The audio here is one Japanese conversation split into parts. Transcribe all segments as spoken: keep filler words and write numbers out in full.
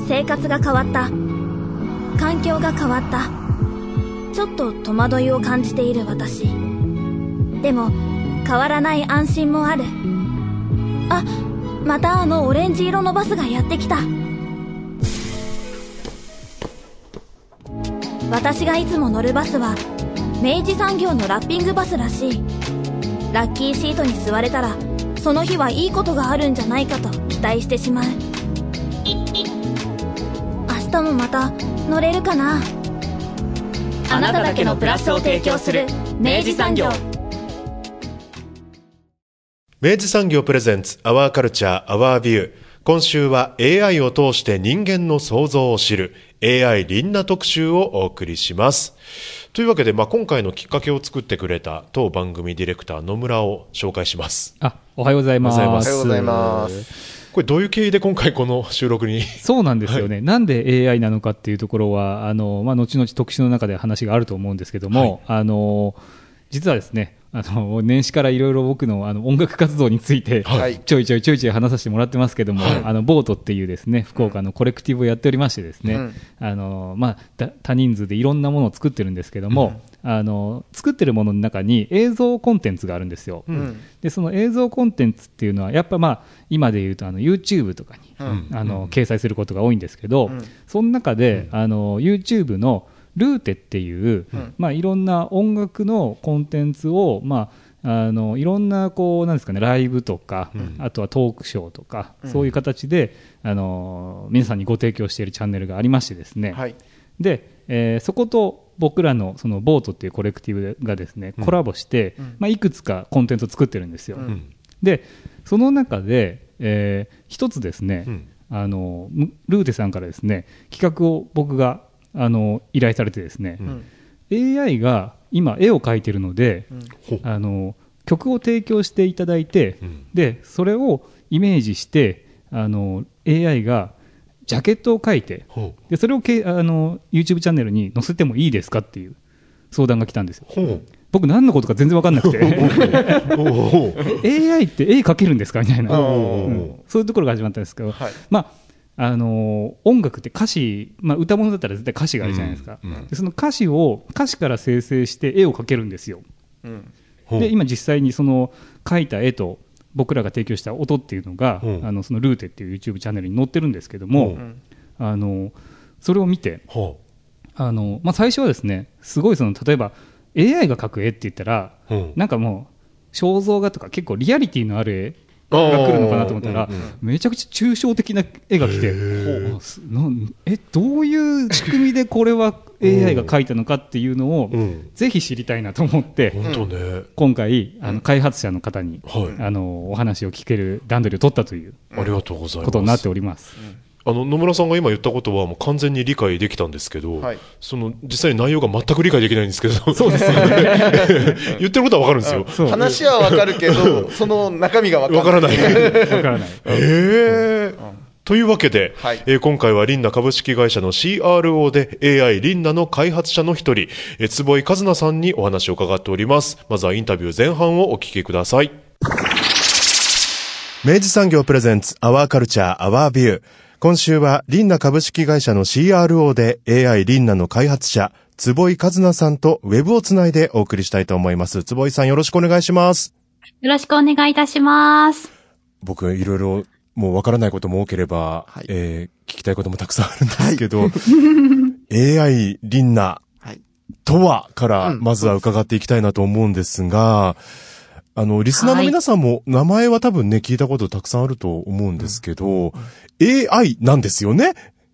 生活が変わった。環境が変わった。ちょっと戸惑いを感じている私。でも変わらない安心もある。あ、またあのオレンジ色のバスがやってきた。私がいつも乗るバスは明治産業のラッピングバスらしい。ラッキーシートに座れたらその日はいいことがあるんじゃないかと期待してしまう。明日もまた乗れるかな。 あなただけのプラスを提供する明治産業。 明治産業プレゼンツアワーカルチャーアワービュー。今週は エーアイ を通して人間の創造を知る エーアイ リンナ特集をお送りします。というわけで、まあ、今回のきっかけを作ってくれた当番組ディレクター野村を紹介します。 あ、おはようございます。 おはようございます。 これどういう経緯で今回この収録に。 そうなんですよね、はい、なんで エーアイ なのかっていうところはあの、まあ、後々特集の中で話があると思うんですけども、はい、あの実はですね、あの年始からいろいろ僕 の, あの音楽活動について、はい、ちょいちょいちょいちょい話させてもらってますけども、はい、あのボートっていうですね福岡のコレクティブをやっておりましてですね、うん、あのまあ、多人数でいろんなものを作ってるんですけども、うん、あの作ってるものの中に映像コンテンツがあるんですよ、うん、でその映像コンテンツっていうのはやっぱ、まあ、今でいうとあの YouTube とかに、うん、あの掲載することが多いんですけど、うん、その中で、うん、あの YouTube のルーテっていう、うん、まあ、いろんな音楽のコンテンツを、まあ、あのいろんなこうなんですかね、ライブとか、うん、あとはトークショーとか、うん、そういう形であの皆さんにご提供しているチャンネルがありましてですね、はい、で、えー、そこと僕らのそのボートっていうコレクティブがですね、うん、コラボして、うん、まあ、いくつかコンテンツを作ってるんですよ、うん、でその中で、えー、一つですね、うん、あのルーテさんからですね企画を僕があの依頼されてですね、うん、エーアイ が今絵を描いてるので、うん、あの曲を提供していただいて、うん、でそれをイメージしてあの エーアイ がジャケットを描いて、でそれをけあの YouTube チャンネルに載せてもいいですかっていう相談が来たんですよ。僕何のことか全然分かんなくてエーアイ って絵描けるんですかみたいな、うん、そういうところが始まったんですけど、はい、まああの音楽って歌詞、まあ、歌物だったら絶対歌詞があるじゃないですか、うんうん、でその歌詞を歌詞から生成して絵を描けるんですよ、うん、で今実際にその描いた絵と僕らが提供した音っていうのが、うん、あのそのルーテっていう YouTube チャンネルに載ってるんですけども、うん、あのそれを見て、うん、あのまあ、最初はですねすごいその例えば エーアイ が描く絵って言ったら、うん、なんかもう肖像画とか結構リアリティのある絵が来るのかなと思ったら、うんうん、めちゃくちゃ抽象的な絵が来て、えどういう仕組みでこれは エーアイ が描いたのかっていうのを、うん、ぜひ知りたいなと思って、うん、今回あの開発者の方に、うん、あのお話を聞ける段取りを取ったということになっております。 あの野村さんが今言ったことはもう完全に理解できたんですけど、はい、その実際に内容が全く理解できないんですけど、 そうですよね言ってることは分かるんですよ。 話は分かるけどその中身が分からない分からないえー、というわけで、はい、えー、今回はリンナ株式会社の シーアールオー で エーアイ リンナの開発者の一人、えー、坪井和奈さんにお話を伺っております。まずはインタビュー前半をお聞きください。明治産業プレゼンツアワーカルチャーアワービュー。今週はリンナ株式会社の シーアールオー で エーアイ リンナの開発者坪井和奈さんとウェブをつないでお送りしたいと思います。坪井さん、よろしくお願いします。 よろしくお願いいたします。 僕いろいろもうわからないことも多ければ、はい、えー、聞きたいこともたくさんあるんですけど、はい、エーアイ リンナとはからまずは伺っていきたいなと思うんですが、うん、あのリスナーの皆さんも名前は多分ね聞いたことたくさんあると思うんですけど、うん、エーアイ なんですよね。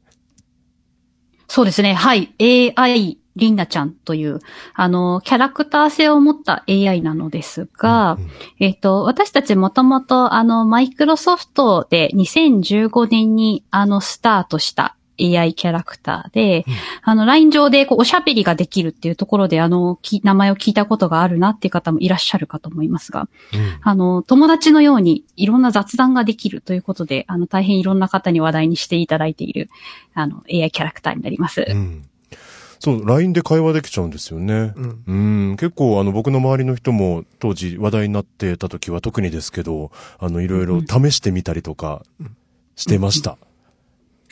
そうですね。はい。エーアイ リンナちゃんという、あの、キャラクター性を持った エーアイ なのですが、うんうん、えっと、私たちもともと、あの、マイクロソフトでにせんじゅうごねんに、あの、スタートしたエーアイ キャラクターで、うん、あの、ライン 上でこうおしゃべりができるっていうところで、あの、き名前を聞いたことがあるなっていう方もいらっしゃるかと思いますが、うん、あの、友達のようにいろんな雑談ができるということで、あの、大変いろんな方に話題にしていただいている、あの、エーアイ キャラクターになります。うん、 そう、ライン で会話できちゃうんですよね。うん。うん、結構、あの、僕の周りの人も当時話題になってた時は特にですけど、あの、いろいろ試してみたりとかしてました。うんうん、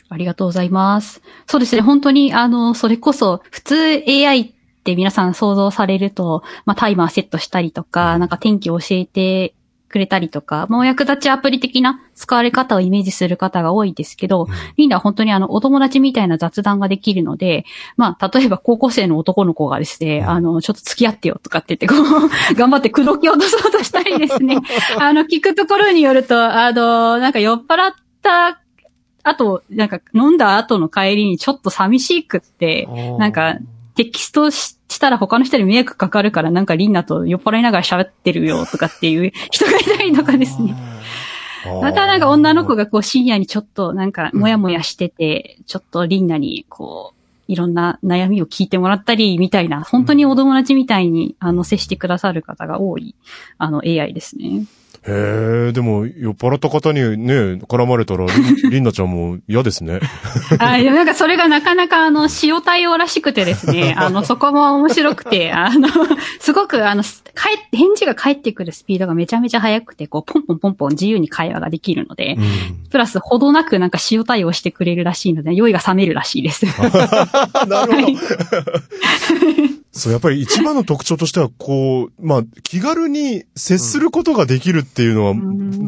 ありがとうございます。そうですね、本当に、あの、それこそ、普通 エーアイ って皆さん想像されると、まあ、タイマーセットしたりとか、なんか天気を教えてくれたりとか、もう役立ちアプリ的な使われ方をイメージする方が多いですけど、リンダは本当にあの、お友達みたいな雑談ができるので、まあ、例えば高校生の男の子がですね、あの、ちょっと付き合ってよとかって言って、こう、頑張って口説き落とそうとしたりですね、あの、聞くところによると、あの、なんか酔っ払った、あと、なんか飲んだ後の帰りにちょっと寂しくって、なんかテキストしたら他の人に迷惑かかるからなんかリンナと酔っ払いながら喋ってるよとかっていう人がいたりとかですね。またなんか女の子がこう深夜にちょっとなんかもやもやしてて、ちょっとリンナにこう、いろんな悩みを聞いてもらったりみたいな、本当にお友達みたいにあの接してくださる方が多いあの エーアイ ですね。 へえ、でも、酔っ払った方にね、絡まれたら、リ, リンナちゃんも嫌ですね。 あ、でもなんかそれがなかなかあの、塩対応らしくてですね、あの、そこも面白くて、あの、すごくあの、返って、返事が返ってくるスピードがめちゃめちゃ速くて、こう、ポンポンポンポン自由に会話ができるので、うん、プラス、ほどなくなんか塩対応してくれるらしいので、酔いが冷めるらしいです。 なるほど。そう、やっぱり一番の特徴としては、こう、まあ、気軽に接することができるっていうのは、うん、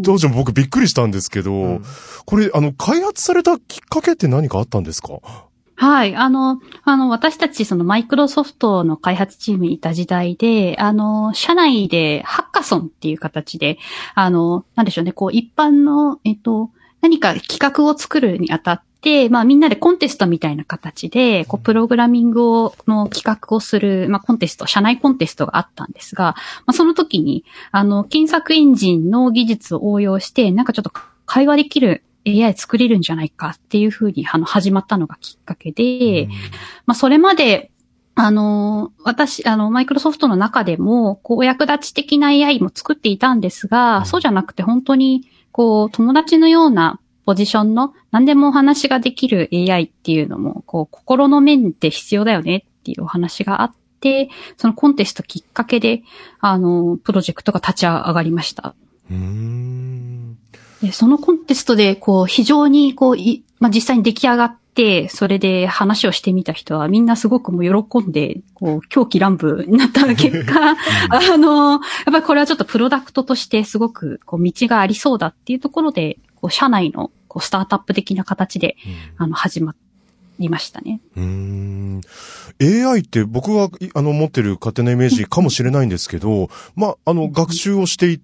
当時も僕びっくりしたんですけど、うん、これ、あの、開発されたきっかけって何かあったんですか？ はい。あの、あの、私たち、その、マイクロソフトの開発チームにいた時代で、あの、社内でハッカソンっていう形で、あの、なんでしょうね、こう、一般の、えっと、何か企画を作るにあたって、で、まあみんなでコンテストみたいな形で、こう、プログラミングを、の企画をする、まあコンテスト、社内コンテストがあったんですが、まあその時に、あの、検索エンジンの技術を応用して、なんかちょっと会話できる エーアイ 作れるんじゃないかっていうふうに、あの、始まったのがきっかけで、まあそれまで、あの、私、あの、マイクロソフトの中でも、こう、お役立ち的な エーアイ も作っていたんですが、そうじゃなくて本当に、こう、友達のような、ポジションの何でもお話ができる エーアイ っていうのも、こう、心の面って必要だよねっていうお話があって、そのコンテストきっかけで、あの、プロジェクトが立ち上がりました。 うーん。 で、そのコンテストで、こう、非常に、こう、い、まあ、実際に出来上がって、それで話をしてみた人はみんなすごくもう喜んで、こう、狂気乱舞になった結果、あの、やっぱりこれはちょっとプロダクトとしてすごく、こう、道がありそうだっていうところで、こう社内のこうスタートアップ的な形で、うん、あの始まりましたね。 うーん。エーアイ って僕があの持ってる勝手なイメージかもしれないんですけど、まああの学習をしていって、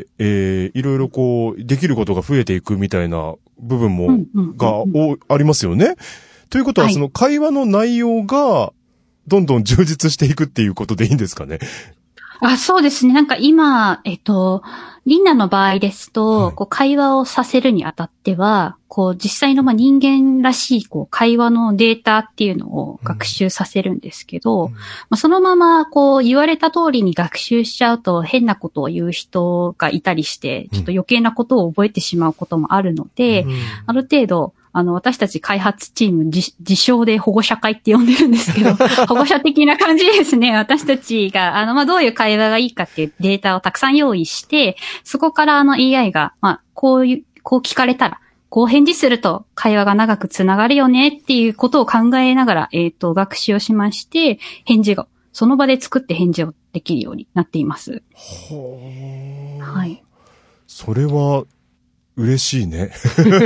えー、いろいろこうできることが増えていくみたいな部分も、うんうんうんうん、がおありますよね。ということは、はい、その会話の内容がどんどん充実していくっていうことでいいんですかね。 あ、そうですね。なんか今、えっと、リンナの場合ですと、はい、こう会話をさせるにあたっては、こう実際のまあ人間らしいこう会話のデータっていうのを学習させるんですけど、うんまあ、そのままこう言われた通りに学習しちゃうと変なことを言う人がいたりして、ちょっと余計なことを覚えてしまうこともあるので、うん、ある程度、あの、私たち開発チーム自、自称で保護者会って呼んでるんですけど、保護者的な感じですね。私たちが、あの、まあ、どういう会話がいいかっていうデータをたくさん用意して、そこからあの エーアイ が、まあ、こういう、こう聞かれたら、こう返事すると会話が長くつながるよねっていうことを考えながら、えっと、学習をしまして、返事が、その場で作って返事をできるようになっています。 ほー。 はい。 それは、嬉しいね。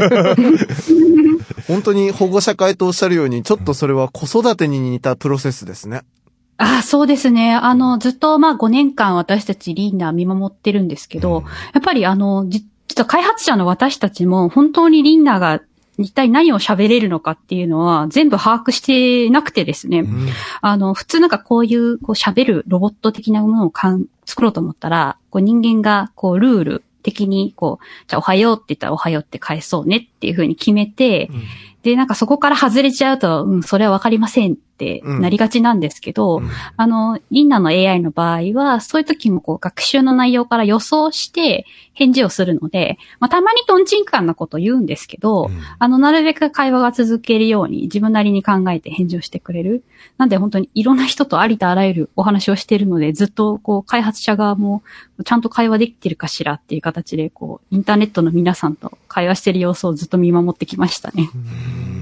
本当に保護者会とおっしゃるように、ちょっとそれは子育てに似たプロセスですね。 ああ、そうですね。あの、ずっとまあごねんかん私たちリンナ見守ってるんですけど、うん、やっぱりあの、実は開発者の私たちも本当にリンナが一体何を喋れるのかっていうのは全部把握してなくてですね。うん、あの、普通なんかこういうこう喋るロボット的なものをかん作ろうと思ったら、こう人間がこうルール、的に、こう、じゃあおはようって言ったらおはようって返そうねっていう風に決めて、うん、で、なんかそこから外れちゃうと、うん、それはわかりませんってなりがちなんですけど、うん、あの、リンナの エーアイ の場合は、そういう時もこう、学習の内容から予想して返事をするので、まあ、たまにトンチンカンなことを言うんですけど、うん、あの、なるべく会話が続けるように自分なりに考えて返事をしてくれる。なんで本当にいろんな人とありとあらゆるお話をしているので、ずっとこう、開発者側もちゃんと会話できてるかしらっていう形で、こう、インターネットの皆さんと会話してる様子をずっと見守ってきましたね。 うん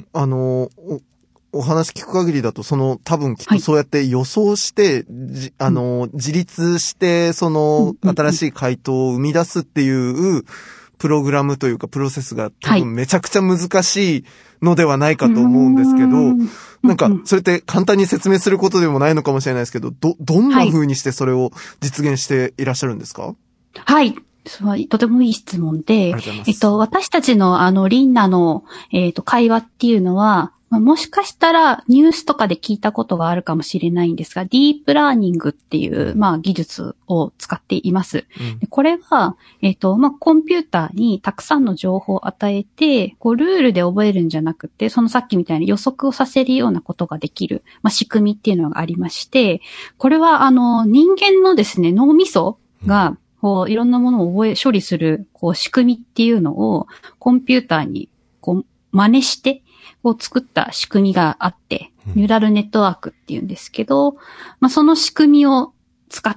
あの、お、お話聞く限りだと、その、多分きっとそうやって予想して、じあの、自立して、その、新しい回答を生み出すっていう、プログラムというかプロセスが多分めちゃくちゃ難しいのではないかと思うんですけど、はい、なんかそれって簡単に説明することでもないのかもしれないですけど、ど、どんな風にしてそれを実現していらっしゃるんですか？ はい。とてもいい質問で、えっと、私たちのあの、リンナの、えっと、会話っていうのは、もしかしたらニュースとかで聞いたことがあるかもしれないんですが、ディープラーニングっていう、まあ、技術を使っています。うん、でこれは、えっと、まあ、コンピューターにたくさんの情報を与えて、こう、ルールで覚えるんじゃなくて、そのさっきみたいに予測をさせるようなことができる、まあ、仕組みっていうのがありまして、これは、あの、人間のですね、脳みそが、こう、いろんなものを覚え、処理する、こう、仕組みっていうのを、コンピューターに、こう、真似して、を作った仕組みがあって、ニューラルネットワークっていうんですけど、まあ、その仕組みを使って、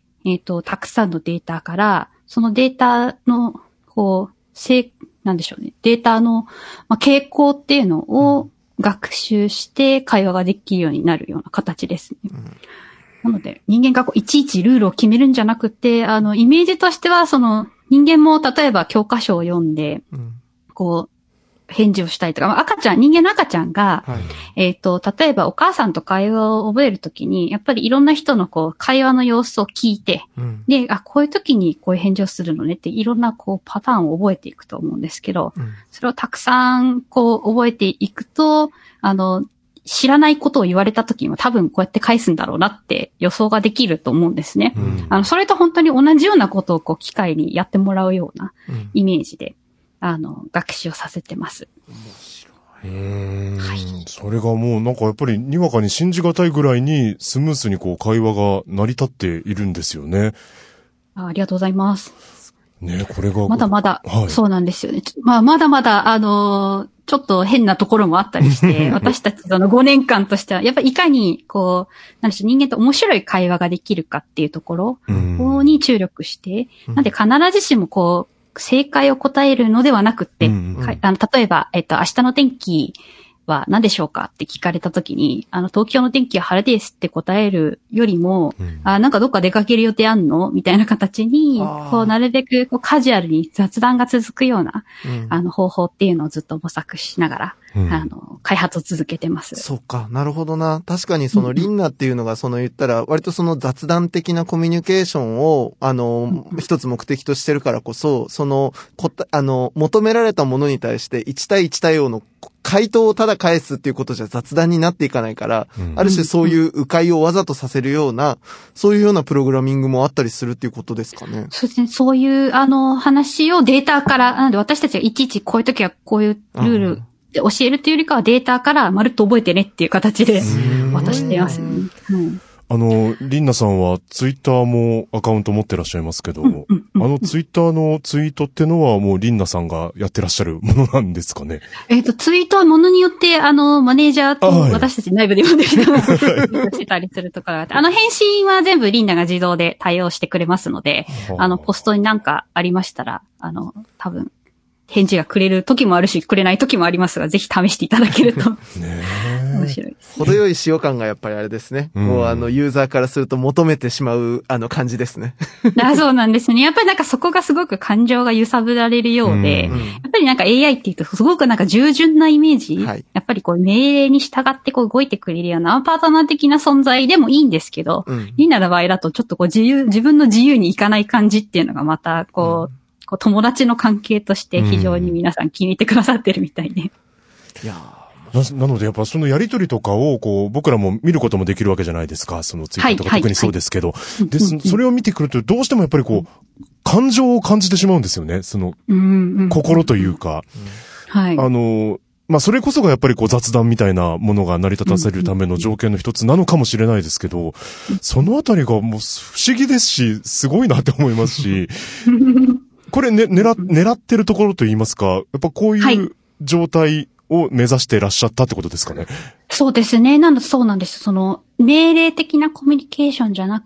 えっと、たくさんのデータから、そのデータの、こう、せ、なんでしょうね、データの、まあ、傾向っていうのを学習して会話ができるようになるような形ですね。なので、人間がこういちいちルールを決めるんじゃなくて、あの、イメージとしては、その、人間も例えば教科書を読んで、こう、返事をしたりとか、赤ちゃん、人間の赤ちゃんが、はい、えっと、例えばお母さんと会話を覚えるときに、やっぱりいろんな人のこう、会話の様子を聞いて、うん、で、あ、こういうときにこういう返事をするのねって、いろんなこう、パターンを覚えていくと思うんですけど、うん、それをたくさんこう、覚えていくと、あの、知らないことを言われたときにも多分こうやって返すんだろうなって予想ができると思うんですね。うん、あの、それと本当に同じようなことをこう、機械にやってもらうようなイメージで、あの、学習をさせてます。面白い。うーん、はい。それがもうなんかやっぱりにわかに信じがたいぐらいにスムースにこう会話が成り立っているんですよね。 あ、ありがとうございます。 ね、これが。 まだまだ、はい、そうなんですよね。まあ、まだまだ、あのー、ちょっと変なところもあったりして、私たちそのごねんかんとしては、やっぱりいかに、こう、なんでしょう、人間と面白い会話ができるかっていうところに注力して、なんで必ずしもこう、正解を答えるのではなくって、うんうん、あの例えば、えっと、明日の天気は何でしょうかって聞かれたときに、あの、東京の天気は晴れですって答えるよりも、うん、あ、なんかどっか出かける予定あんのみたいな形に、こう、なるべくこうカジュアルに雑談が続くような、うん、あの、方法っていうのをずっと模索しながら、うん、あの、開発を続けてます。 そうか、なるほどな。確かにそのリンナっていうのが、その言ったら、割とその雑談的なコミュニケーションを、あの、うん、一つ目的としてるからこそ、その、こた、あの、求められたものに対していち対いち対応の回答をただ返すっていうことじゃ雑談になっていかないから、うん、ある種そういう迂回をわざとさせるような、そういうようなプログラミングもあったりするっていうことですかね。 そうですね。そういう、あの、話をデータから、なので私たちがいちいちこういう時はこういうルールで教えるっていうよりかはデータからまるっと覚えてねっていう形で渡していますね。うん、 あの、リンナさんはツイッターもアカウント持ってらっしゃいますけど、うんうんうんうん、あのツイッターのツイートってのはもうリンナさんがやってらっしゃるものなんですかね。 えっと、ツイートはものによって、あの、マネージャーと私たち内部で読んでる人がしてたりするとかがあって、あの、返信は全部リンナが自動で対応してくれますので、あの、ポストになんかありましたら、あの、多分、返事がくれる時もあるし、くれない時もありますが、ぜひ試していただけると。ね面白いです。 程よい塩感がやっぱりあれですね。うん、こう、あの、ユーザーからすると求めてしまう、あの、感じですね。 あそうなんですね。やっぱりなんかそこがすごく感情が揺さぶられるようで、うん、やっぱりなんか エーアイ って言うとすごくなんか従順なイメージ、はい、やっぱりこう命令に従ってこう動いてくれるようなパートナー的な存在でもいいんですけど、うん、リンナの場合だとちょっとこう自由、自分の自由にいかない感じっていうのがまたこう、うんこう友達の関係として非常に皆さん気に入ってくださってるみたいで。うん、いやな、なのでやっぱそのやりとりとかをこう僕らも見ることもできるわけじゃないですか。そのツイッターとか特にそうですけど。はいはいはい、で、うんうん、それを見てくるとどうしてもやっぱりこう、うん、感情を感じてしまうんですよね。その、うんうん、心というか。うん、はい。あの、まあ、それこそがやっぱりこう雑談みたいなものが成り立たせるための条件の一つなのかもしれないですけど、そのあたりがもう不思議ですし、すごいなって思いますし、これね、狙、狙ってるところと言いますか、やっぱこういう状態を目指していらっしゃったってことですかね。 そうですね。なんだ、そうなんです。その、命令的なコミュニケーションじゃなくっ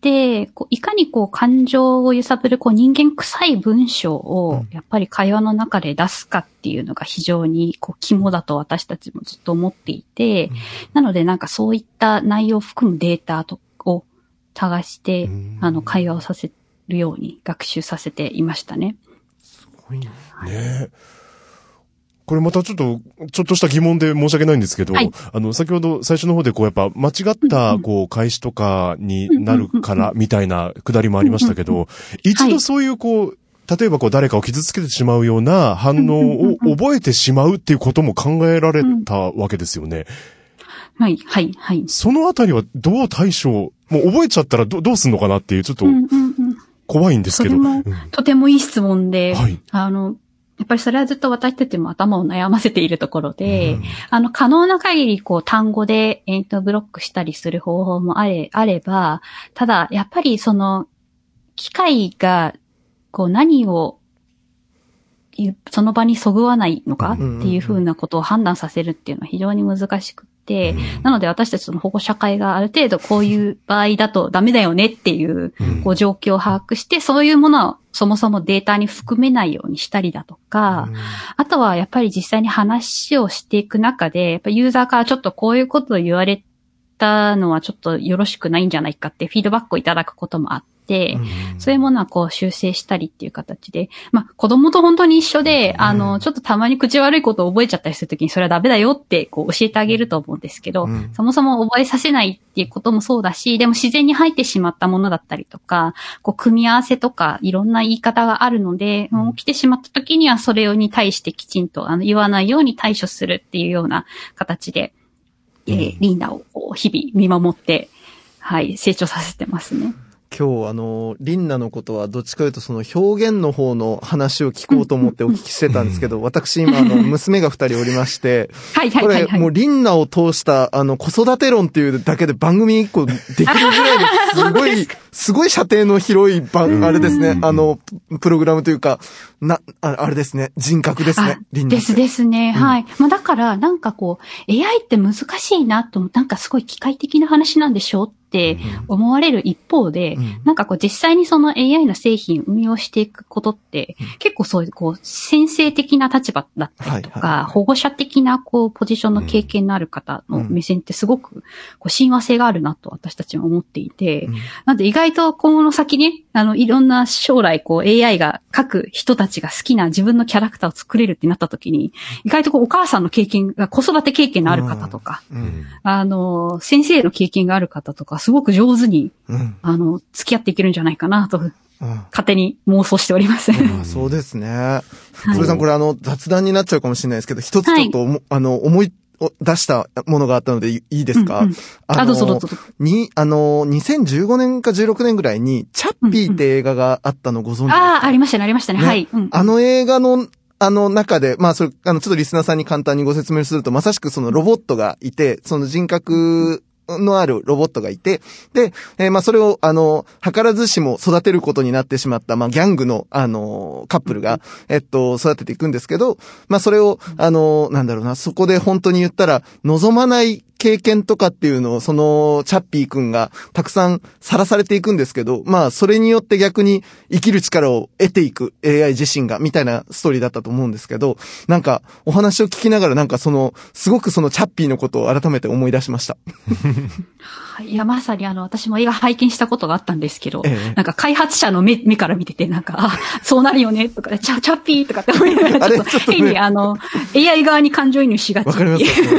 で、こういかにこう感情を揺さぶるこう人間臭い文章をやっぱり会話の中で出すかっていうのが非常にこう肝だと私たちもずっと思っていて、うん、なのでなんかそういった内容を含むデータとを探して、うん、あの会話をさせるように学習させていましたね。 すごいね。はい、ねこれまたちょっと、ちょっとした疑問で申し訳ないんですけど、はい、あの、先ほど最初の方でこうやっぱ間違った、こう、開始とかになるからみたいなくだりもありましたけど、一度そういうこう、例えばこう誰かを傷つけてしまうような反応を覚えてしまうっていうことも考えられたわけですよね。 はい、はい、はい。 そのあたりはどう対処、もう覚えちゃったらどどうすんのかなっていう、ちょっと、怖いんですけど。 それもとてもいい質問で、はい、あの、やっぱりそれはずっと私たちも頭を悩ませているところで、うん、あの、可能な限り、こう、単語で、えっと、ブロックしたりする方法もあれ、あれば、ただ、やっぱりその、機械が、こう、何を、その場にそぐわないのかっていうふうなことを判断させるっていうのは非常に難しくて、うん、なので私たちの保護者会がある程度こういう場合だとダメだよねっていう、こう状況を把握して、そういうものはそもそもデータに含めないようにしたりだとか、うん、あとはやっぱり実際に話をしていく中で、やっぱユーザーからちょっとこういうことを言われたのはちょっとよろしくないんじゃないかってフィードバックをいただくこともあって、で、うん、そういうものはこう修正したりっていう形で、まあ子供と本当に一緒で、うん、あの、ちょっとたまに口悪いことを覚えちゃったりするときにそれはダメだよってこう教えてあげると思うんですけど、うん、そもそも覚えさせないっていうこともそうだし、でも自然に入ってしまったものだったりとか、こう組み合わせとかいろんな言い方があるので、うん、起きてしまったときにはそれに対してきちんとあの言わないように対処するっていうような形で、うん、えー、リンダを日々見守って、はい、成長させてますね。 今日あの、リンナのことはどっちかというとその表現の方の話を聞こうと思ってお聞きしてたんですけど、私今あの、娘が二人おりまして、 はいはいはい、はい。 これもうリンナを通したあの、子育て論っていうだけで番組一個できるぐらいですごい、すごい射程の広い番、あれですね、あの、プログラムというか、な、ああれですね、人格ですね、リンナ。 ですですね、うん、はい。まあだからなんかこう、エーアイ って難しいなと、なんかすごい機械的な話なんでしょって思われる一方で、うん、なんかこう実際にその エーアイ の製品を運用していくことって、うん、結構そういうこう先生的な立場だったりとか、はいはい、保護者的なこうポジションの経験のある方の目線ってすごくこう親和性があるなと私たちは思っていて、うん、なんで意外と今後の先ね、あのいろんな将来こう エーアイ が各人たちが好きな自分のキャラクターを作れるってなった時に、意外とこうお母さんの経験が子育て経験のある方とか、うんうん、あの先生の経験がある方とかすごく上手に、うん、あの、付き合っていけるんじゃないかなと、うん、勝手に妄想しております。 うん、そうですね。はい、それさん、これあの、雑談になっちゃうかもしれないですけど、一つちょっと、はい、あの、思い出したものがあったのでいいですか？うんうん、 あの、あ、どうぞどうぞ。 に、あの、にせんじゅうごねんかじゅうろくねんぐらいに、チャッピーって映画があったのご存知ですか？ ああ、ありましたね、ありましたね。ね、はい、うん。 あの映画の、あの中で、まあそれ、あの、ちょっとリスナーさんに簡単にご説明すると、まさしくそのロボットがいて、その人格、のあるロボットがいて、で、えー、まあそれをあの図らずしも育てることになってしまったまあギャングのあのカップルがえっと育てていくんですけど、まあそれをあのなんだろうな、そこで本当に言ったら望まない経験とかっていうのをそのチャッピーくんがたくさんさらされていくんですけど、まあそれによって逆に生きる力を得ていく エーアイ 自身がみたいなストーリーだったと思うんですけど、なんかお話を聞きながらなんかそのすごくそのチャッピーのことを改めて思い出しました。 はい、いやまさにあの私も映画拝見したことがあったんですけど、ええ、なんか開発者の目目から見ててなんかあそうなるよねとかチャチャッピーとかって思いながらちょっと変にあの エーアイ 側に感情移入しがち。 わかります。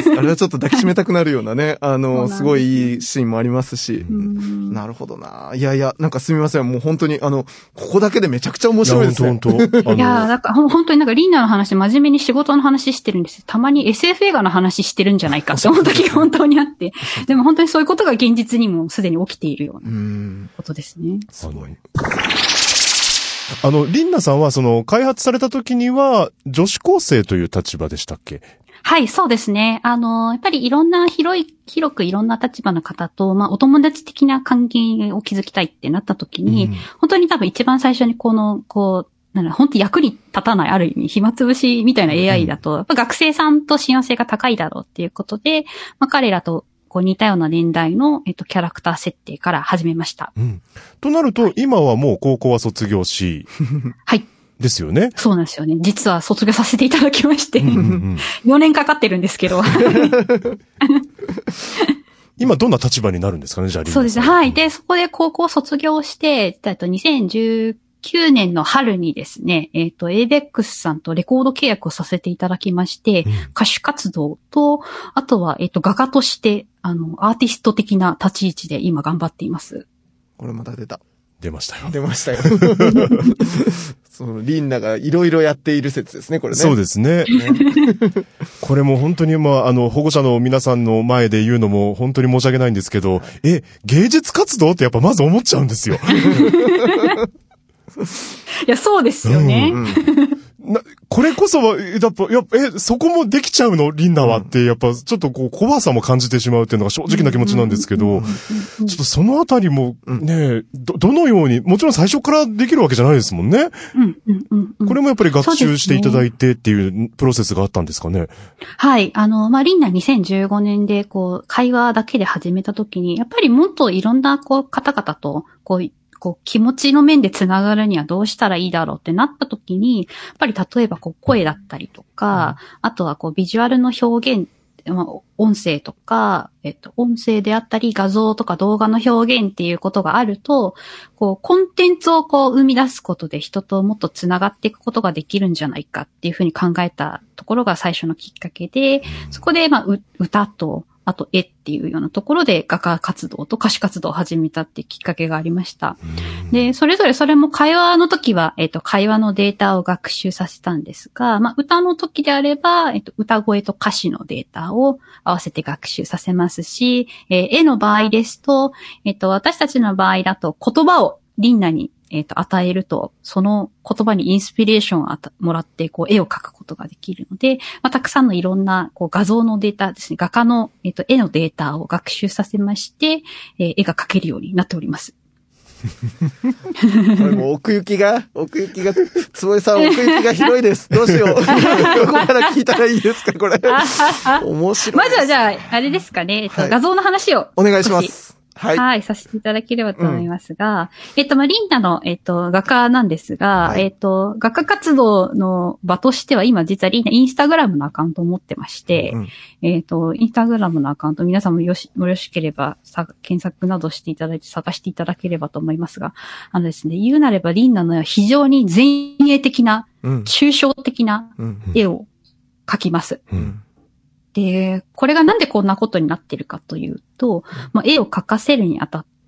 あれはちょっと抱きしめたくなるようなね、あのすごいいいシーンもありますし、なるほどな。いやいやなんかすみません、もう本当にあのここだけでめちゃくちゃ面白いですね。 本当本当。 いやなんか本当になんかリンナの話真面目に仕事の話してるんですよ。たまに エスエフ 映画の話してるんじゃないかって思う時が本当にあって、でも本当にそういうことが現実にもすでに起きているようなことですね。 すごい。 あの、リンナさんはその開発された時には女子高生という立場でしたっけ？ はい、そうですね。あの、やっぱりいろんな広い、広くいろんな立場の方と、まあ、お友達的な関係を築きたいってなった時に、うん、本当に多分一番最初にこの、こう、なんだ、本当役に立たない、ある意味、暇つぶしみたいな エーアイ だと、やっぱ学生さんと親和性が高いだろうっていうことで、まあ、彼らと、 こう似たような年代の、えっと、キャラクター設定から始めました。 うん。となると、今はもう高校は卒業し。 はい。 ですよね。 そうなんですよね。実は卒業させていただきまして。うんうんうん、よねんかかってるんですけど。 今どんな立場になるんですかね、じゃあ、リンナさん。 そうですね。はい。で、そこで高校卒業して、えっと、にせんじゅうきゅうねんの春にですね、えっと、エイベックス さんとレコード契約をさせていただきまして、うん、歌手活動と、あとは、えっと、画家として、あの、アーティスト的な立ち位置で今頑張っています。 これまた出た。 出ましたよ。 出ましたよ。その、リンナがいろいろやっている説ですね、これね。 そうですね。ねこれも本当に、まあ、あの、保護者の皆さんの前で言うのも本当に申し訳ないんですけど、え、芸術活動ってやっぱまず思っちゃうんですよ。 いや、そうですよね。うんうんなこれこそは、やっぱ、やっぱ、え、そこもできちゃうのリンナはって、やっぱ、ちょっとこう、怖さも感じてしまうっていうのが正直な気持ちなんですけど、ちょっとそのあたりも、ね、ど、どのように、もちろん最初からできるわけじゃないですもんね。 うんうんうんうん、 これもやっぱり学習していただいてっていうプロセスがあったんですかね。 はい。あの、まあ、リンナにせんじゅうごねんで、こう、会話だけで始めたときに、やっぱりもっといろんな、こう、方々と、こう、こう気持ちの面でつながるにはどうしたらいいだろうってなった時に、やっぱり例えばこう声だったりとか、うん、あとはこうビジュアルの表現、まあ、音声とか、えっと、音声であったり画像とか動画の表現っていうことがあると、こうコンテンツをこう生み出すことで人ともっとつながっていくことができるんじゃないかっていうふうに考えたところが最初のきっかけで、そこでまあう歌と、あと絵っていうようなところで画家活動と歌手活動を始めたっていうきっかけがありました。で、それぞれそれも会話の時は、えっと、会話のデータを学習させたんですが、まあ、歌の時であれば、えっと、歌声と歌詞のデータを合わせて学習させますし、えー、絵の場合ですと、えっと、私たちの場合だと言葉をリンナにえっと、与えると、その言葉にインスピレーションをあたもらって、こう、絵を描くことができるので、まあ、たくさんのいろんな、こう、画像のデータですね、画家の、えっと、絵のデータを学習させまして、えー、絵が描けるようになっております。 これもう奥行きが、奥行きが、つぼえさん奥行きが広いです。どうしよう。どこから聞いたらいいですか、これ。面白い。 まずはじゃあ、あれですかね、えっと、はい、画像の話を。 お願いします。はい。 はい、させていただければと思いますが、うん、えっと、まあ、リンナの、えっと、画家なんですが、はい、えっと、画家活動の場としては、今実はリンナインスタグラムのアカウントを持ってまして、うん、えっと、インスタグラムのアカウント、皆さんもよし、よろしければ、さ、検索などしていただいて探していただければと思いますが、あのですね、言うなればリンナの非常に前衛的な、うん、抽象的な絵を描きます。うんうんで、これがなんでこんなことになってるかというと、まあ、絵を描かせるにあたって、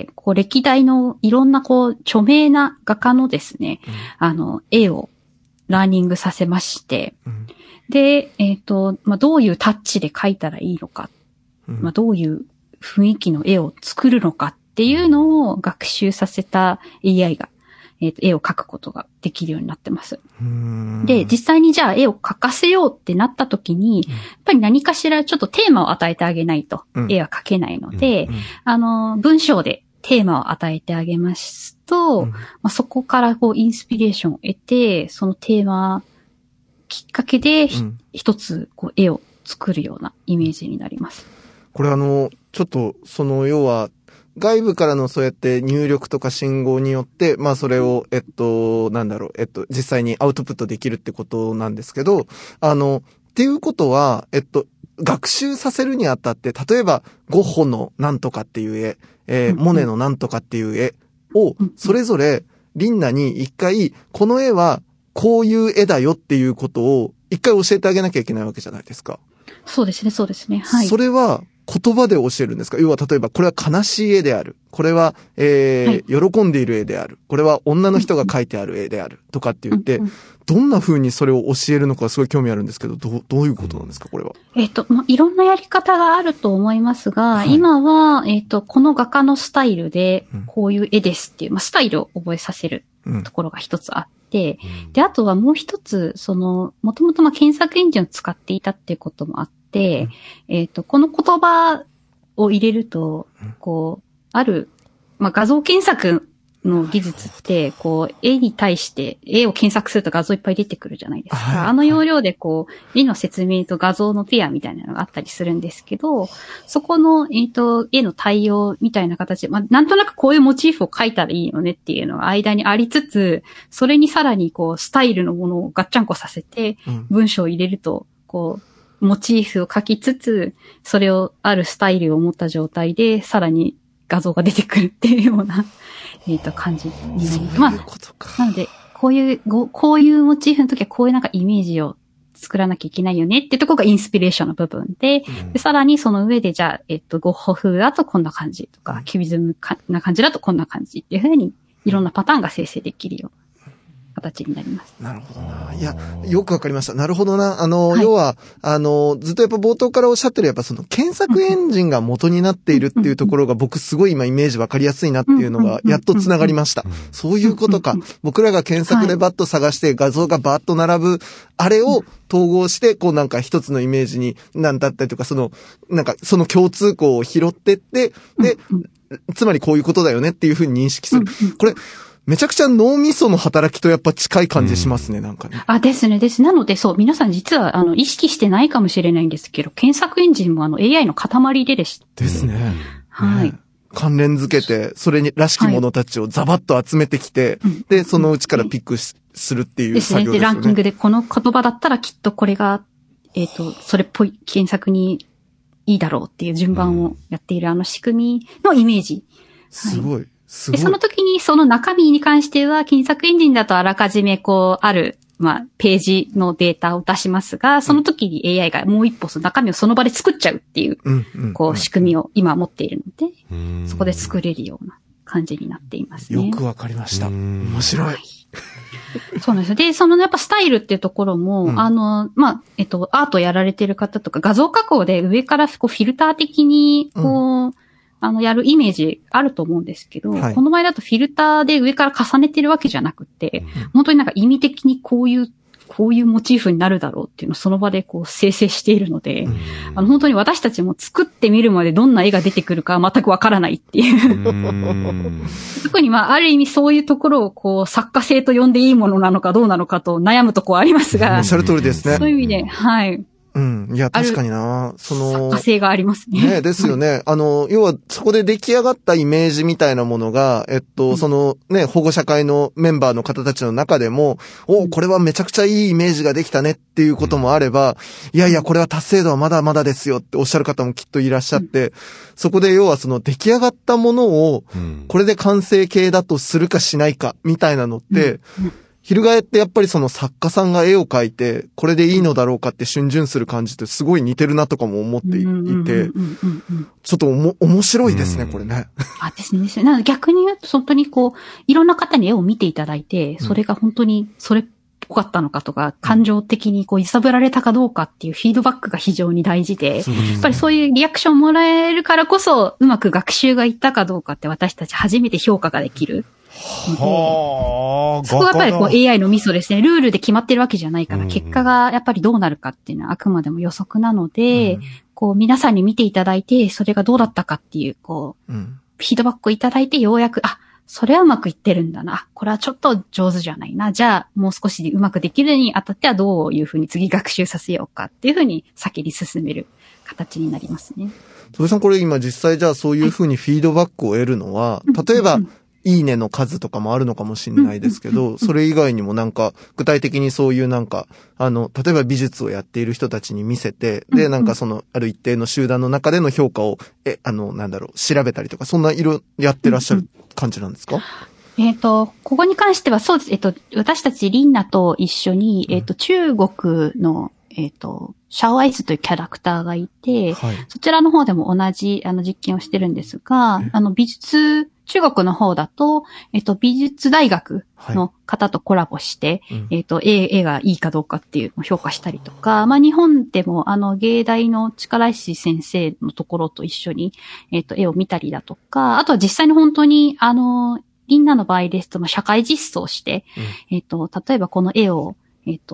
こう歴代のいろんなこう著名な画家のですね、うん、あの、絵をラーニングさせまして、うん、で、えっと、まあ、どういうタッチで描いたらいいのか、うん、まあ、どういう雰囲気の絵を作るのかっていうのを学習させた エーアイ が、えっと、絵を描くことができるようになってます。で、実際にじゃあ絵を描かせようってなった時に、うん、やっぱり何かしらちょっとテーマを与えてあげないと、うん、絵は描けないので、うんうん、あの、文章でテーマを与えてあげますと、うんまあ、そこからこうインスピレーションを得て、そのテーマきっかけで、うん、一つこう絵を作るようなイメージになります。 これあの、ちょっとその要は、外部からのそうやって入力とか信号によって、まあそれを、えっと、なんだろう、えっと、実際にアウトプットできるってことなんですけど、あの、っていうことは、えっと、学習させるにあたって、例えば、ゴッホのなんとかっていう絵、えー、モネのなんとかっていう絵を、それぞれ、リンナに一回、この絵はこういう絵だよっていうことを、一回教えてあげなきゃいけないわけじゃないですか。 そうですね、そうですね。はい。 それは、言葉で教えるんですか？要は例えばこれは悲しい絵である。これは、えーはい、喜んでいる絵である。これは女の人が描いてある絵である。とかって言って、うんうん、どんな風にそれを教えるのかすごい興味あるんですけど、どう、どういうことなんですかこれは。 えっと、まあ、いろんなやり方があると思いますが、はい、今は、えっと、この画家のスタイルで、こういう絵ですっていう、まあ、スタイルを覚えさせるところが一つあって、うん、で、あとはもう一つ、その、もともとま、検索エンジンを使っていたっていうこともあって、で、うん、えっと、この言葉を入れると、こう、ある、まあ、画像検索の技術って、こう、絵に対して、絵を検索すると画像いっぱい出てくるじゃないですか。 はい、 あの要領でこう、絵の説明と画像のペアみたいなのがあったりするんですけど、そこの、えっと、絵の対応みたいな形で、まあ、なんとなくこういうモチーフを描いたらいいよねっていうのが間にありつつ、それにさらにこう、スタイルのものをガッチャンコさせて、文章を入れると、こう、モチーフを描きつつ、それをあるスタイルを持った状態で、さらに画像が出てくるっていうような、えっと、感じになります。まあ、なので、こういう、こういうモチーフの時はこういうなんかイメージを作らなきゃいけないよねっていうところがインスピレーションの部分で、うん、でさらにその上でじゃあ、えっと、ゴッホ風だとこんな感じとか、キュビズムな感じだとこんな感じっていう風に、いろんなパターンが生成できるような形になります。 なるほどな。いや、よくわかりました。なるほどな。あの、はい、要は、あの、ずっとやっぱ冒頭からおっしゃってるやっぱその検索エンジンが元になっているっていうところが僕すごい今イメージわかりやすいなっていうのがやっと繋がりました。そういうことか。僕らが検索でバッと探して画像がバッと並ぶ、あれを統合して、こうなんか一つのイメージになんだったりとか、その、なんかその共通項を拾ってって、で、つまりこういうことだよねっていうふうに認識する。これ、めちゃくちゃ脳みその働きとやっぱ近い感じしますね、うん、なんかね。 あ、ですね、です。なので、そう、皆さん実は、あの、意識してないかもしれないんですけど、検索エンジンもあの、エーアイ の塊ででした。 ですね。 はい。 ね、関連付けて、それにらしきものたちをザバッと集めてきて、はい、で、そのうちからピックし、するっていう作業ですよね。ですね。で、 ランキングでこの言葉だったらきっとこれが、えっと、それっぽい検索にいいだろうっていう順番をやっているあの仕組みのイメージ。 はい、すごい。で、 その時にその中身に関しては、検索エンジンだとあらかじめこう、ある、まあ、ページのデータを出しますが、その時に エーアイ がもう一歩その中身をその場で作っちゃうっていう、こう、仕組みを今持っているので、そこで作れるような感じになっていますね。 よくわかりました。面白い。はい、 そうなんですよ。で、そのやっぱスタイルっていうところも、うん、あの、まあ、えっと、アートやられてる方とか、画像加工で上からこうフィルター的に、こう、うんあの、やるイメージあると思うんですけど、はい、この場合だとフィルターで上から重ねてるわけじゃなくて、うん、本当になんか意味的にこういう、こういうモチーフになるだろうっていうのをその場でこう生成しているので、うん、あの本当に私たちも作ってみるまでどんな絵が出てくるか全くわからないっていう。うん、特にまあ、ある意味そういうところをこう作家性と呼んでいいものなのかどうなのかと悩むところありますが。 おっしゃる通りですね。 そういう意味で、はい。 うん。いや、確かにな。その。 作家性がありますね。 ね、ですよね。あの、要は、そこで出来上がったイメージみたいなものが、えっと、うん、そのね、保護者会のメンバーの方たちの中でも、うん、お、これはめちゃくちゃいいイメージができたねっていうこともあれば、いやいや、これは達成度はまだまだですよっておっしゃる方もきっといらっしゃって、うん、そこで要はその出来上がったものを、これで完成形だとするかしないか、みたいなのって、うんうん翻ってやっぱりその作家さんが絵を描いて、これでいいのだろうかって逡巡する感じってすごい似てるなとかも思っていて、ちょっとおも、面白いですね、これね。 あ、ですね、ですね。なので逆に言うと本当にこう、いろんな方に絵を見ていただいて、それが本当にそれっぽかったのかとか、感情的にこう揺さぶられたかどうかっていうフィードバックが非常に大事で、やっぱりそういうリアクションをもらえるからこそ、うまく学習がいったかどうかって私たち初めて評価ができる。はあ、そこがやっぱりこう エーアイ のミソですね。ルールで決まってるわけじゃないから、結果がやっぱりどうなるかっていうのはあくまでも予測なので、うん、こう皆さんに見ていただいて、それがどうだったかっていう、こう、うん、フィードバックをいただいてようやく、あ、それはうまくいってるんだな。これはちょっと上手じゃないな。じゃあもう少しうまくできるにあたってはどういうふうに次学習させようかっていうふうに先に進める形になりますね。 戸部さん、これ今実際じゃあそういうふうにフィードバックを得るのは、例えば、うんいいねの数とかもあるのかもしれないですけど、それ以外にもなんか、具体的にそういうなんか、あの、例えば美術をやっている人たちに見せて、で、なんかその、ある一定の集団の中での評価を、え、あの、なんだろう、調べたりとか、そんな色やってらっしゃる感じなんですか？ えっと、ここに関してはそうです。えっと、私たちリンナと一緒に、えっと、中国の、えっと、シャオアイズというキャラクターがいて、はい、そちらの方でも同じ、あの、実験をしてるんですが、あの、美術、中国の方だと、えっと、美術大学の方とコラボして、はい、えっと、絵、絵がいいかどうかっていうのを評価したりとか、まあ、日本でも、あの、芸大の力石先生のところと一緒に、えっと、絵を見たりだとか、あとは実際に本当に、あの、リンナの場合ですと、まあ、社会実装して、うん、えっと、例えばこの絵を、えっと、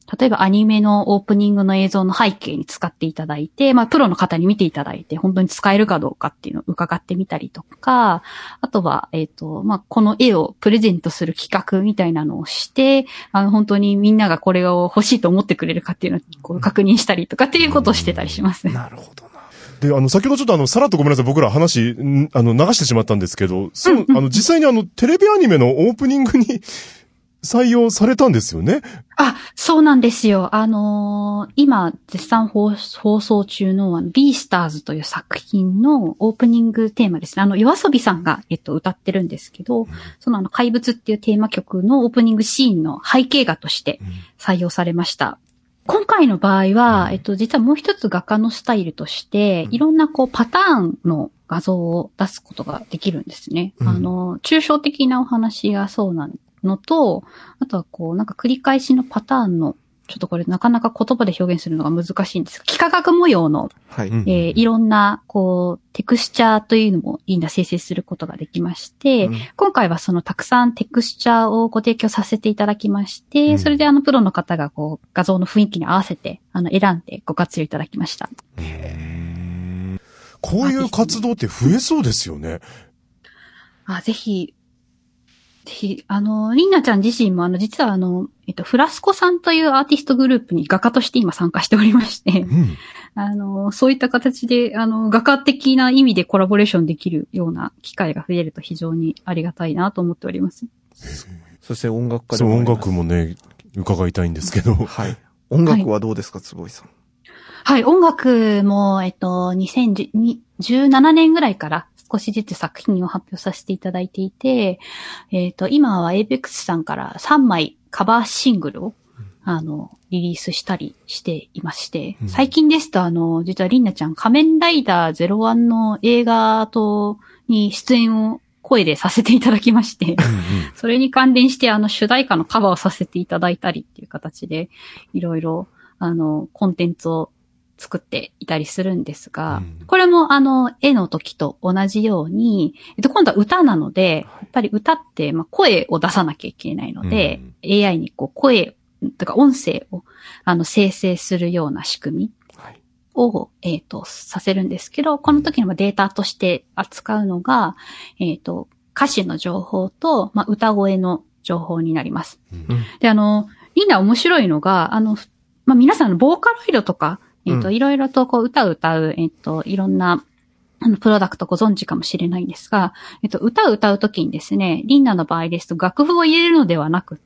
例えばアニメのオープニングの映像の背景に使っていただいて、まあ、プロの方に見ていただいて、本当に使えるかどうかっていうのを伺ってみたりとか、あとは、えっと、まあ、この絵をプレゼントする企画みたいなのをして、あの、本当にみんながこれを欲しいと思ってくれるかっていうのをこう確認したりとかっていうことをしてたりします。 なるほどな。 で、あの、先ほどちょっとあの、さらっとごめんなさい、僕ら話、あの、流してしまったんですけど、そう、あの、実際にあの、テレビアニメのオープニングに採用されたんですよね。 あ、そうなんですよ。あのー、今、絶賛放送中の、あの、ビースターズという作品のオープニングテーマですね。あの、夜遊びさんが、えっと、歌ってるんですけど、うん、そのあの、怪物っていうテーマ曲のオープニングシーンの背景画として採用されました。うん、今回の場合は、えっと、実はもう一つ画家のスタイルとして、いろんなこう、パターンの画像を出すことができるんですね。うん、あの、抽象的なお話がそうなんです。のと、あとはこう、なんか繰り返しのパターンの、ちょっとこれなかなか言葉で表現するのが難しいんですが、幾何学模様の、はい、えー、いろんな、こう、テクスチャーというのもいいんだ生成することができまして、うん、今回はそのたくさんテクスチャーをご提供させていただきまして、うん、それであのプロの方がこう、画像の雰囲気に合わせて、あの、選んでご活用いただきました。 へー。こういう活動って増えそうですよね。 あ、ぜひ、ぜひ、あの、リンナちゃん自身もあの、実はあの、えっと、フラスコさんというアーティストグループに画家として今参加しておりまして、うん、あの、そういった形で、あの、画家的な意味でコラボレーションできるような機会が増えると非常にありがたいなと思っております。 そして音楽家でもそう、音楽もね、伺いたいんですけど。 はい。音楽はどうですか、坪井さん。 はい、音楽も、えっと、にせんじゅうななねんぐらいから少しずつ作品を発表させていただいていて、えっと、今は エイベックス さんからさんまいカバーシングルを、あの、リリースしたりしていまして、うん、最近ですと、あの、実はリンナちゃん、仮面ライダーゼロワンの映画と、に出演を声でさせていただきまして、うんうん、それに関連して、あの、主題歌のカバーをさせていただいたりっていう形で、いろいろ、あの、コンテンツを作っていたりするんですが、うん、これもあの、絵の時と同じように、えっと、今度は歌なので、やっぱり歌って、まあ、声を出さなきゃいけないので、うん、エーアイ にこう、声、とか音声を、あの、生成するような仕組みを、はい、えっと、させるんですけど、この時のデータとして扱うのが、えっと、歌詞の情報と、まあ、歌声の情報になります。うん、で、あの、みんな面白いのが、あの、まあ、皆さんのボーカロイドとか、えっと、いろいろとこう歌を歌う、えっと、いろんな、あの、プロダクトご存知かもしれないんですが、えっと、歌を歌うときにですね、リンナの場合ですと楽譜を入れるのではなくって、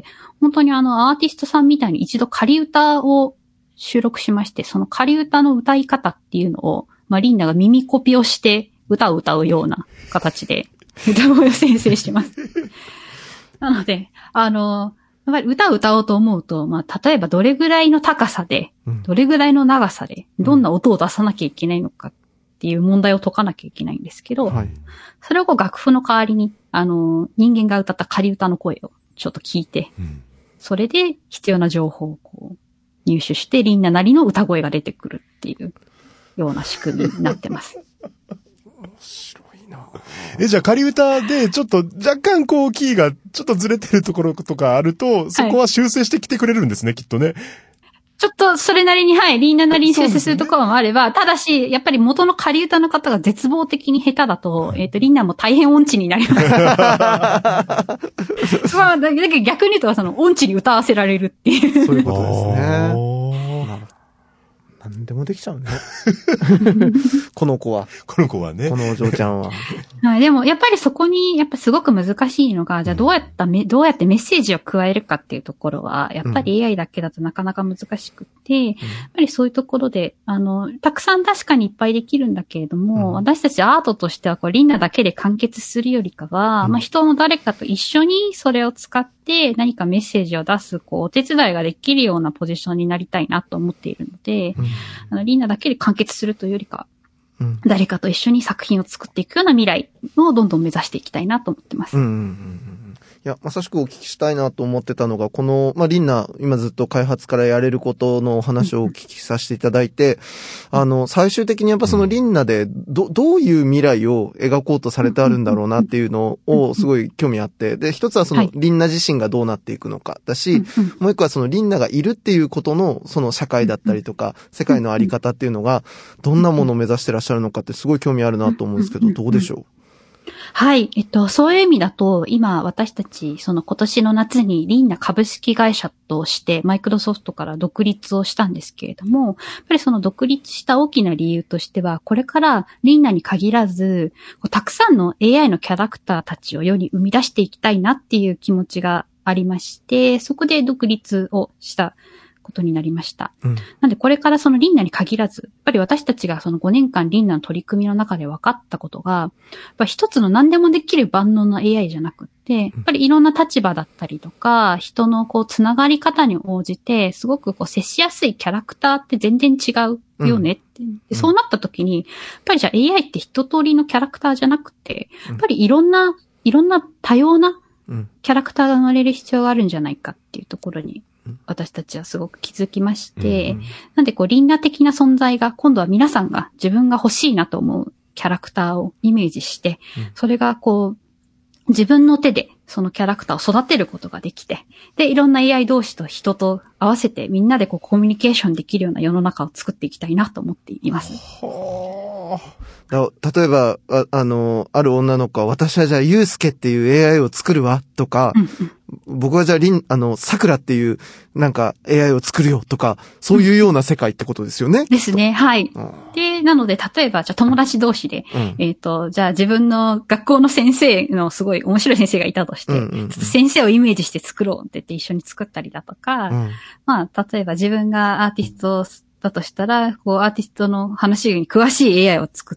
本当にあの、アーティストさんみたいに一度仮歌を収録しまして、その仮歌の歌い方っていうのを、まあ、リンナが耳コピをして歌を歌うような形で、歌声を生成します。なので、あの、やっぱり歌を歌おうと思うと、まあ、例えばどれぐらいの高さで、どれぐらいの長さで、どんな音を出さなきゃいけないのかっていう問題を解かなきゃいけないんですけど、はい、それをこう楽譜の代わりに、あの、人間が歌った仮歌の声をちょっと聞いて、うん、それで必要な情報をこう入手して、リンナなりの歌声が出てくるっていうような仕組みになってます。 面白いな。 え、じゃあ仮歌でちょっと若干こうキーがちょっとずれてるところとかあると、そこは修正してきてくれるんですね、はい、きっとね。 ちょっとそれなりに、はい、リンナなりに修正するところもあれば、ね、ただし、やっぱり元の仮歌の方が絶望的に下手だと、はい、えっと、リンナも大変音痴になります。まあ、だけど逆に言うと、その音痴に歌わせられるっていう。 そういうことですね。何でもできちゃうね。この子は。 この子はね。 このお嬢ちゃんは。 はい、でも、やっぱりそこに、やっぱすごく難しいのが、じゃあどうやっため、どうやってメッセージを加えるかっていうところは、やっぱり エーアイ だけだとなかなか難しくて、うん、やっぱりそういうところで、あの、たくさん確かにいっぱいできるんだけれども、うん、私たちアートとしては、こう、リンナだけで完結するよりかは、うん、まあ、人の誰かと一緒にそれを使って何かメッセージを出す、こう、お手伝いができるようなポジションになりたいなと思っているので、うんあのリンナだけで完結するというよりか、うん、誰かと一緒に作品を作っていくような未来をどんどん目指していきたいなと思ってます。うんうんうん、 や、まさしくお聞きしたいなと思ってたのが、この、まあ、リンナ、今ずっと開発からやれることのお話をお聞きさせていただいて、あの、最終的にやっぱそのリンナで、ど、どういう未来を描こうとされてあるんだろうなっていうのをすごい興味あって、で、一つはそのリンナ自身がどうなっていくのかだし、もう一個はそのリンナがいるっていうことの、その社会だったりとか、世界のあり方っていうのが、どんなものを目指してらっしゃるのかってすごい興味あるなと思うんですけど、どうでしょう？ はい。えっと、そういう意味だと、今私たち、その今年の夏にリンナ株式会社として、マイクロソフトから独立をしたんですけれども、やっぱりその独立した大きな理由としては、これからリンナに限らず、たくさんの エーアイ のキャラクターたちを世に生み出していきたいなっていう気持ちがありまして、そこで独立をしたことになりました。うん、なんでこれからそのリンナに限らず、やっぱり私たちがそのごねんかんリンナの取り組みの中で分かったことが、やっぱり一つの何でもできる万能の エーアイ じゃなくって、やっぱりいろんな立場だったりとか、人のこうつながり方に応じて、すごくこう接しやすいキャラクターって全然違うよねって。うん、でそうなった時に、やっぱりじゃあ エーアイ って一通りのキャラクターじゃなくて、やっぱりいろんな、いろんな多様なキャラクターが生まれる必要があるんじゃないかっていうところに、私たちはすごく気づきまして、うんうん、なんでこうリンナ的な存在が今度は皆さんが自分が欲しいなと思うキャラクターをイメージして、うん、それがこう自分の手でそのキャラクターを育てることができて、でいろんな エーアイ 同士と人と合わせてみんなでこうコミュニケーションできるような世の中を作っていきたいなと思っています。 はあ、例えばあ、あのある女の子は私はじゃあユウスケっていう エーアイ を作るわとか、うんうん、僕はじゃあリンあのサクラっていうなんか エーアイ を作るよとか、そういうような世界ってことですよね。 うん、ですね、はい。でなので例えばじゃあ友達同士で、うん、えっとじゃあ自分の学校の先生のすごい面白い先生がいたとして、うんうんうん、先生をイメージして作ろうって言って一緒に作ったりだとか、うん、まあ例えば自分がアーティストだとしたら、こうアーティストの話に詳しい エーアイ を作って、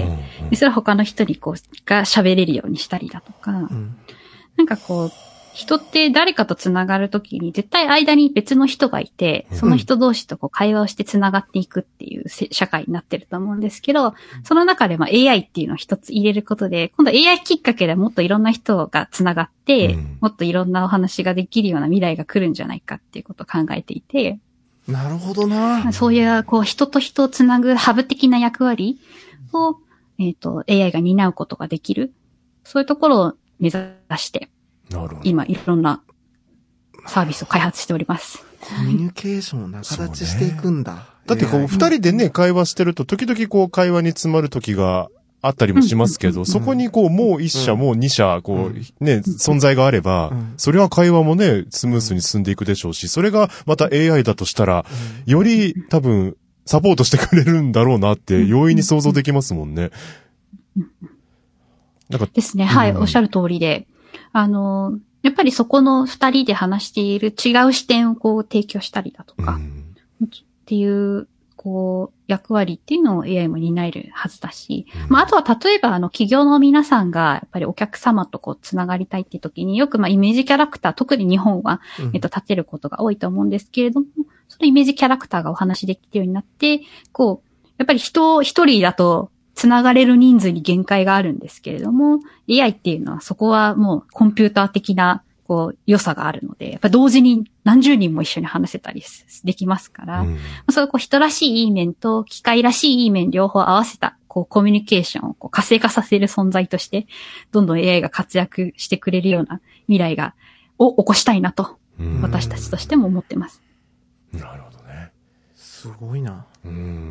でそれは他の人にこうが喋れるようにしたりだとか、うん、なんかこう人って誰かとつながるときに絶対間に別の人がいて、その人同士とこう会話をしてつながっていくっていう社会になってると思うんですけど、その中でまあ エーアイ っていうのを一つ入れることで、今度 エーアイ きっかけでもっといろんな人がつながって、うん、もっといろんなお話ができるような未来が来るんじゃないかっていうことを考えていて、 なるほどな。 そういうこう人と人をつなぐハブ的な役割を、えっと エーアイ が担うことができる、そういうところを目指して、今いろんなサービスを開発しております。 コミュニケーションを仲立ちしていくんだ。 ね、だってこう二人でね、会話してると時々こう会話に詰まる時があったりもしますけど、うん、そこにこうもう一社、うん、もう二社こうね、存在があれば、うん、それは会話もねスムースに進んでいくでしょうし、それがまた エーアイ だとしたら、うん、より多分サポートしてくれるんだろうなって容易に想像できますもんね。 なんかですね、はい、おっしゃる通りで。あの、やっぱりそこの二人で話している違う視点をこう提供したりだとか、うん、っていう、こう、役割っていうのを エーアイ も担えるはずだし、うん、まあ、あとは例えばあの企業の皆さんがやっぱりお客様とこうつながりたいっていう時によくまあイメージキャラクター、特に日本は、うん、えっと立てることが多いと思うんですけれども、そのイメージキャラクターがお話できるようになって、こう、やっぱり人一人だと、つながれる人数に限界があるんですけれども、エーアイ っていうのはそこはもうコンピューター的なこう良さがあるので、やっぱ同時に何十人も一緒に話せたりできますから、うん、そういうこう人らしいいい面と機械らしいいい面両方合わせたこうコミュニケーションをこう活性化させる存在として、どんどん エーアイ が活躍してくれるような未来がを起こしたいなと、私たちとしても思ってます。 なるほどね。 すごいな。 うん。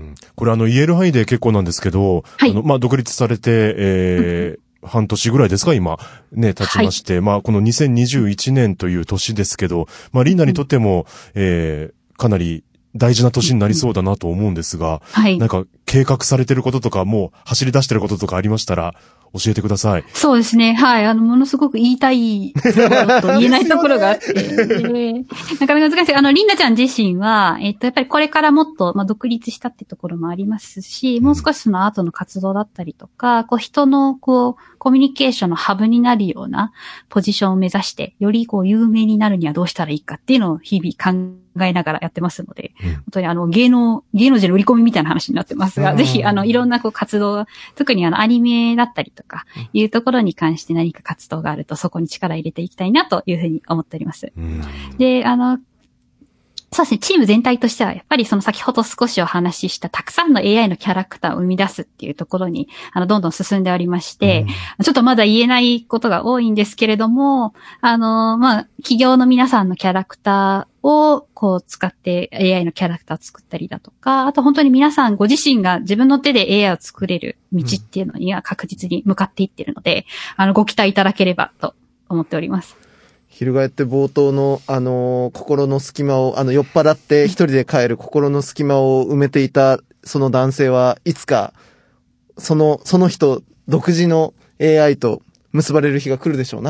これあの言える範囲で結構なんですけど、はい、あのまあ独立されて、えーうん、半年ぐらいですか今ね経ちまして、はい、まあこのにせんにじゅういちねんという年ですけど、まあリンナにとっても、うん、えー、かなり大事な年になりそうだなと思うんですが、はい、なんか計画されてることとかもう走り出してることとかありましたら教えてください。 そうですね。はい。あの、ものすごく言いたいところと言えないところがあって、ね、なかなか難しい。あの、リンナちゃん自身は、えっと、やっぱりこれからもっと、まあ、独立したってところもありますし、もう少しその後の活動だったりとか、こう、人の、こう、コミュニケーションのハブになるようなポジションを目指して、よりこう、有名になるにはどうしたらいいかっていうのを日々考えながらやってますので、うん、本当にあの芸能、芸能人の売り込みみたいな話になってますが、ぜひあのいろんなこう活動、特にあのアニメだったりとかいうところに関して何か活動があるとそこに力入れていきたいなというふうに思っております。うん、で、あの、そうですね、チーム全体としては、やっぱりその先ほど少しお話ししたたくさんの エーアイ のキャラクターを生み出すっていうところに、あの、どんどん進んでおりまして、うん、ちょっとまだ言えないことが多いんですけれども、あの、まあ、企業の皆さんのキャラクターをこう使って エーアイ のキャラクターを作ったりだとか、あと本当に皆さんご自身が自分の手で エーアイ を作れる道っていうのには確実に向かっていっているので、うん、あの、ご期待いただければと思っております。 翻って冒頭の、あのー、心の隙間を、あの、酔っ払って一人で帰る心の隙間を埋めていた、その男性はいつか、その、その人独自の エーアイ と結ばれる日が来るでしょうな。うん。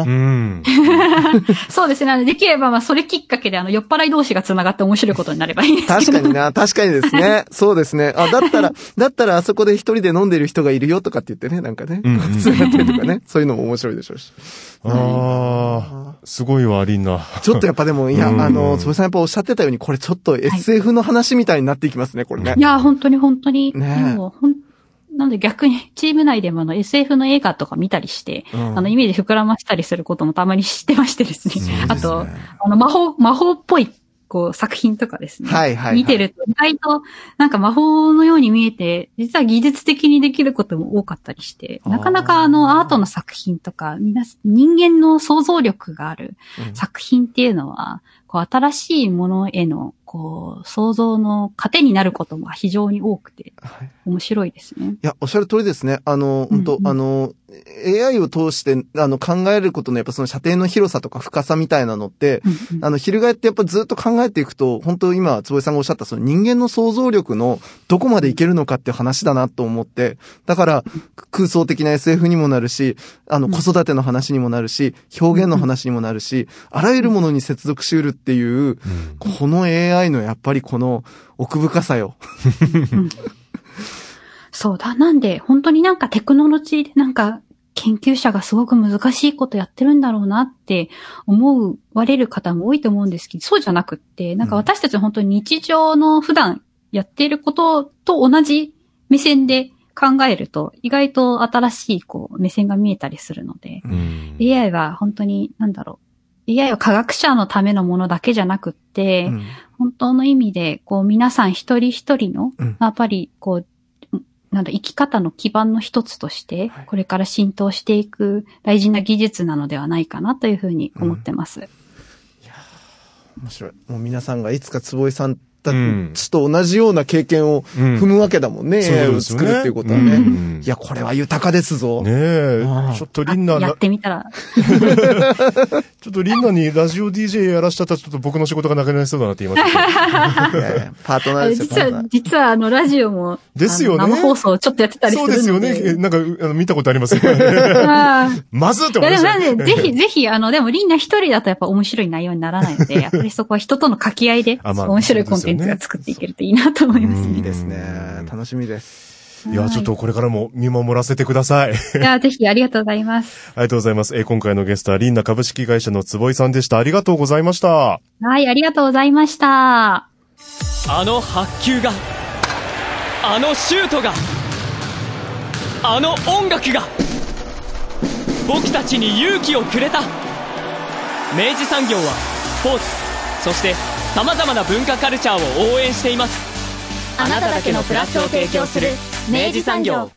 そうですね。できれば、まあ、それきっかけで、あの、酔っ払い同士が繋がって面白いことになればいいですけど。 確かにな、確かにですね。そうですね。あ、だったら、だったらあそこで一人で飲んでる人がいるよとかって言ってね、なんかね。繋がってるとかね。そういうのも面白いでしょうし。 ああ、すごいわ、リンナ。 ちょっとやっぱでも、いや、あの、つぼさんやっぱおっしゃってたように、これちょっと エスエフ の話みたいになっていきますね、これね。 いや、本当に本当に。ね。もうほんなんで逆にチーム内でもあの エスエフ の映画とか見たりして、うん、あのイメージ膨らましたりすることもたまに知ってましてですね。すねあと、あの魔法、魔法っぽいこう作品とかですね。はいはい、はい。見てると意外となんか魔法のように見えて、実は技術的にできることも多かったりして、なかなかあのアートの作品とか、みな人間の想像力がある作品っていうのは、うんこう新しいものへのこう想像の糧になることも非常に多くて面白いですね。はい、いやおっしゃる通りですね。あの本当、うんうん、あの エーアイ を通してあの考えることのやっぱその射程の広さとか深さみたいなのって、うんうん、あの翻ってやっぱずっと考えていくと本当今坪井さんがおっしゃったその人間の想像力のどこまでいけるのかっていう話だなと思って、だから空想的な エスエフ にもなるし、あの子育ての話にもなるし、表現の話にもなるし、あらゆるものに接続しうるっていう、うん、この エーアイ のやっぱりこの奥深さよ。 うんそうだ。なんで、本当になんかテクノロジーでなんか研究者がすごく難しいことやってるんだろうなって思われる方も多いと思うんですけど、そうじゃなくって、なんか私たち本当に日常の普段やっていることと同じ目線で考えると、意外と新しいこう目線が見えたりするので、うん、エーアイ は本当になんだろう、エーアイ は科学者のためのものだけじゃなくって、うん、本当の意味でこう皆さん一人一人の、うん、やっぱりこうなんだ、生き方の基盤の一つとして、これから浸透していく大事な技術なのではないかなというふうに思ってます。うん、いや面白い。もう皆さんがいつか坪井さんたちと同じような経験を踏むわけだもんね。うん、エーアイ を作るっていうことはね。うん、いや、これは豊かですぞ。 ねえ。ちょっとリンナやってみたら。 ちょっとリンナにラジオ ディージェー やらしたらちょっと僕の仕事がなくなりそうだなって言いましたけど。いやいやパートナーですよ。 実は、実はあの、ラジオも、 ですよね。 生放送ちょっとやってたりするんで。 そうですよね。なんか、あの見たことありますよね。まずって思いました。 いやでもなんで、ぜひ、ぜひ、あの、でもリンナ一人だとやっぱ面白い内容にならないので、やっぱりそこは人との掛け合いで、面白いコンテンツが作っていけるといいなと思いますね。 いいですね。楽しみです。 いや、ちょっとこれからも見守らせてください。 いや、ぜひありがとうございます。 ありがとうございます。えー、今回のゲストはリンナ株式会社の坪井さんでした。ありがとうございました。 はい、ありがとうございました。 あの白球が、あのシュートが、あの音楽が、僕たちに勇気をくれた。明治産業はスポーツ、そして様々な文化カルチャーを応援しています。 あなただけのプラスを提供する明治産業。